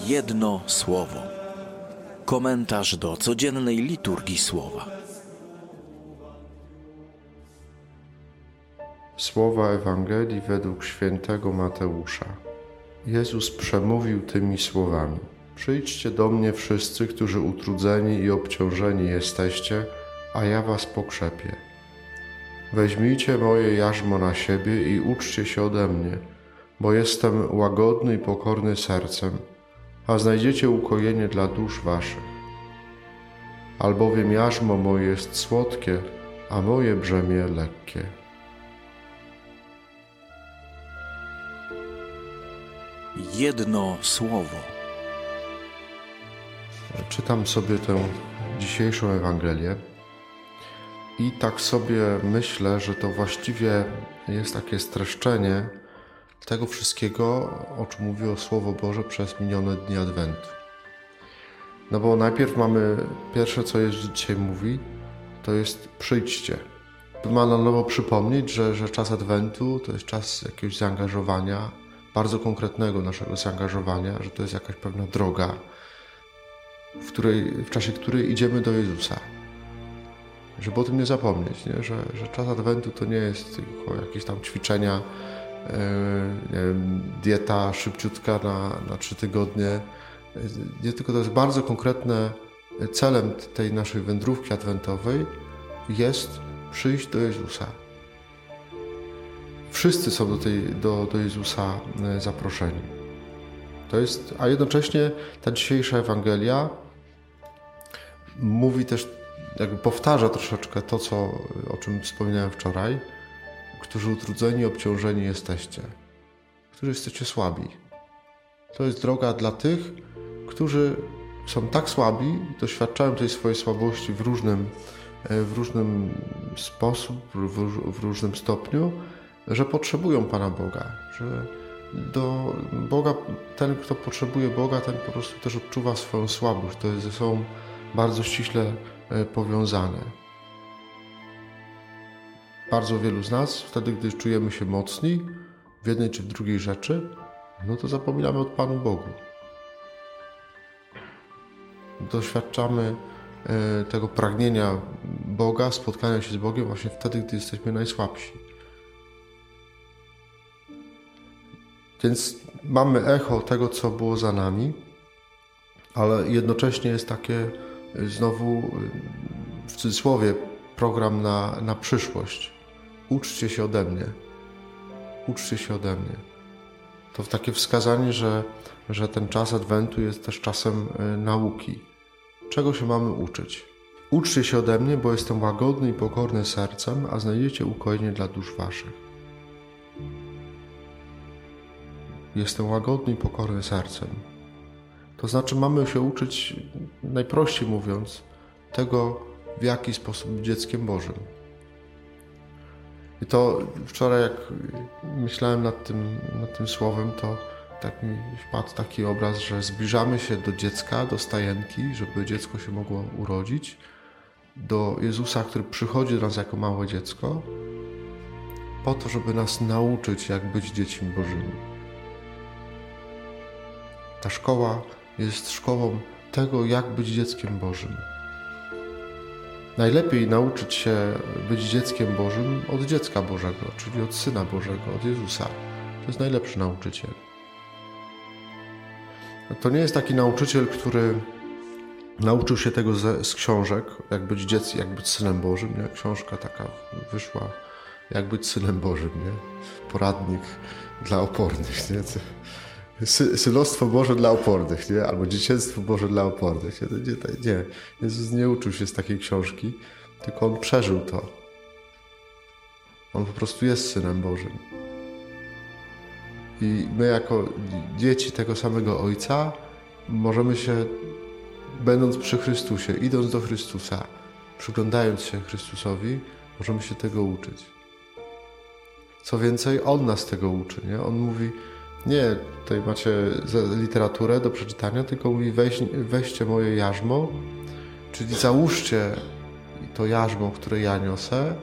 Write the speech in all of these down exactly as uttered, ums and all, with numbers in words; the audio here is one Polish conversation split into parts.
Jedno słowo. Komentarz do codziennej liturgii słowa. Słowa Ewangelii według świętego Mateusza. Jezus przemówił tymi słowami: Przyjdźcie do mnie wszyscy, którzy utrudzeni i obciążeni jesteście, a ja was pokrzepię. Weźmijcie moje jarzmo na siebie i uczcie się ode mnie, bo jestem łagodny i pokorny sercem, a znajdziecie ukojenie dla dusz waszych. Albowiem jarzmo moje jest słodkie, a moje brzemię lekkie. Jedno słowo. Czytam sobie tę dzisiejszą Ewangelię i tak sobie myślę, że to właściwie jest takie streszczenie tego wszystkiego, o czym mówiło Słowo Boże przez minione dni Adwentu. No bo najpierw mamy, pierwsze co Jezus dzisiaj mówi, to jest przyjdźcie. Ma na nowo przypomnieć, że, że czas Adwentu to jest czas jakiegoś zaangażowania, bardzo konkretnego naszego zaangażowania, że to jest jakaś pewna droga, w, której, w czasie której idziemy do Jezusa. Żeby o tym nie zapomnieć, nie? Że, że czas Adwentu to nie jest tylko jakieś tam ćwiczenia, yy, nie wiem, dieta szybciutka na, na trzy tygodnie. Nie, tylko to jest bardzo konkretne. Celem tej naszej wędrówki adwentowej jest przyjść do Jezusa. Wszyscy są do, tej, do, do Jezusa zaproszeni. To jest, a jednocześnie ta dzisiejsza Ewangelia mówi też, jakby powtarza troszeczkę to, co, o czym wspominałem wczoraj, którzy utrudzeni, obciążeni jesteście, którzy jesteście słabi. To jest droga dla tych, którzy są tak słabi, doświadczają tej swojej słabości w różnym, w różnym sposób, w, w różnym stopniu, że potrzebują Pana Boga, że do Boga, ten, kto potrzebuje Boga, ten po prostu też odczuwa swoją słabość. To jest, są bardzo ściśle powiązane. Bardzo wielu z nas, wtedy gdy czujemy się mocni w jednej czy w drugiej rzeczy, no to zapominamy o Panu Bogu. Doświadczamy tego pragnienia Boga, spotkania się z Bogiem właśnie wtedy, gdy jesteśmy najsłabsi. Więc mamy echo tego, co było za nami, ale jednocześnie jest takie znowu, w cudzysłowie, program na, na przyszłość. Uczcie się ode mnie. Uczcie się ode mnie. To takie wskazanie, że, że ten czas Adwentu jest też czasem nauki. Czego się mamy uczyć? Uczcie się ode mnie, bo jestem łagodny i pokorny sercem, a znajdziecie ukojenie dla dusz waszych. Jestem łagodny i pokorny sercem. To znaczy mamy się uczyć, najprościej mówiąc, tego, w jaki sposób być dzieckiem Bożym. I to wczoraj, jak myślałem nad tym, nad tym słowem, to tak mi wpadł taki obraz, że zbliżamy się do dziecka, do stajenki, żeby dziecko się mogło urodzić, do Jezusa, który przychodzi do nas jako małe dziecko, po to, żeby nas nauczyć, jak być dziećmi Bożymi. Ta szkoła jest szkołą tego, jak być dzieckiem Bożym. Najlepiej nauczyć się być dzieckiem Bożym od dziecka Bożego, czyli od Syna Bożego, od Jezusa. To jest najlepszy nauczyciel. To nie jest taki nauczyciel, który nauczył się tego z, z książek, jak być dzieckiem, jak być Synem Bożym. Nie? Książka taka wyszła, jak być Synem Bożym. Nie? Poradnik dla opornych. Nie? Sy, Synostwo Boże dla opornych, nie? Albo Dziecięctwo Boże dla opornych. Nie, nie, nie. Jezus nie uczył się z takiej książki, tylko On przeżył to. On po prostu jest Synem Bożym. I my jako dzieci tego samego Ojca możemy się, będąc przy Chrystusie, idąc do Chrystusa, przyglądając się Chrystusowi, możemy się tego uczyć. Co więcej, On nas tego uczy, nie? On mówi, nie, tutaj macie literaturę do przeczytania, tylko mówi weź, weźcie moje jarzmo, czyli załóżcie to jarzmo, które ja niosę,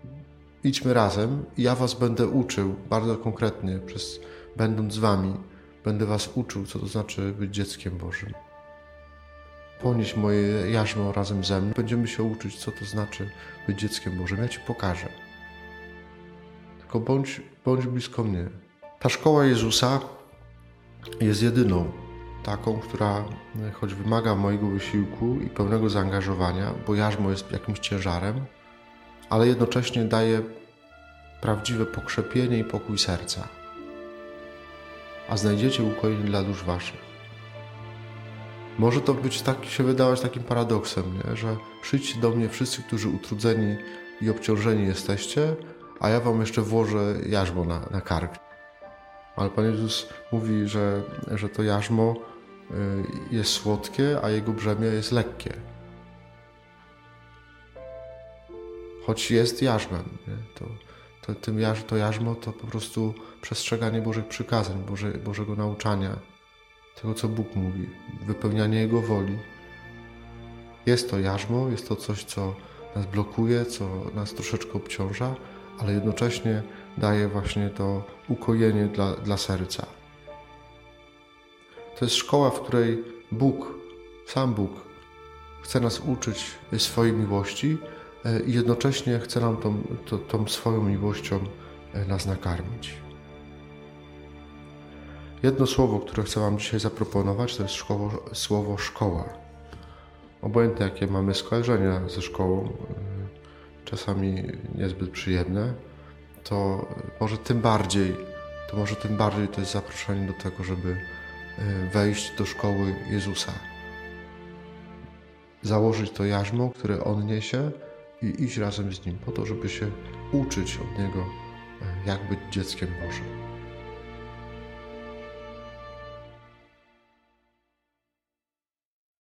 idźmy razem i ja was będę uczył bardzo konkretnie, przez, będąc z wami, będę was uczył, co to znaczy być dzieckiem Bożym. Ponieś moje jarzmo razem ze mną. Będziemy się uczyć, co to znaczy być dzieckiem Bożym. Ja ci pokażę. Tylko bądź, bądź blisko mnie. Ta szkoła Jezusa jest jedyną taką, która choć wymaga mojego wysiłku i pełnego zaangażowania, bo jarzmo jest jakimś ciężarem, ale jednocześnie daje prawdziwe pokrzepienie i pokój serca. A znajdziecie ukojenie dla dusz waszych. Może to być tak, się wydawać takim paradoksem, nie? Że przyjdźcie do mnie wszyscy, którzy utrudzeni i obciążeni jesteście, a ja wam jeszcze włożę jarzmo na, na kark. Ale Pan Jezus mówi, że, że to jarzmo jest słodkie, a jego brzemię jest lekkie. Choć jest jarzmem, nie? To, to, tym jarz, to jarzmo to po prostu przestrzeganie Bożych przykazań, Boże, Bożego nauczania, tego, co Bóg mówi, wypełnianie Jego woli. Jest to jarzmo, jest to coś, co nas blokuje, co nas troszeczkę obciąża, ale jednocześnie daje właśnie to ukojenie dla, dla serca. To jest szkoła, w której Bóg, sam Bóg, chce nas uczyć swojej miłości i jednocześnie chce nam tą, tą, tą swoją miłością nas nakarmić. Jedno słowo, które chcę wam dzisiaj zaproponować, to jest słowo, słowo szkoła. Obojętne, jakie mamy skojarzenia ze szkołą, czasami niezbyt przyjemne, to może tym bardziej, to może tym bardziej to jest zaproszenie do tego, żeby wejść do szkoły Jezusa. Założyć to jarzmo, które On niesie i iść razem z Nim, po to, żeby się uczyć od Niego, jak być dzieckiem Bożym.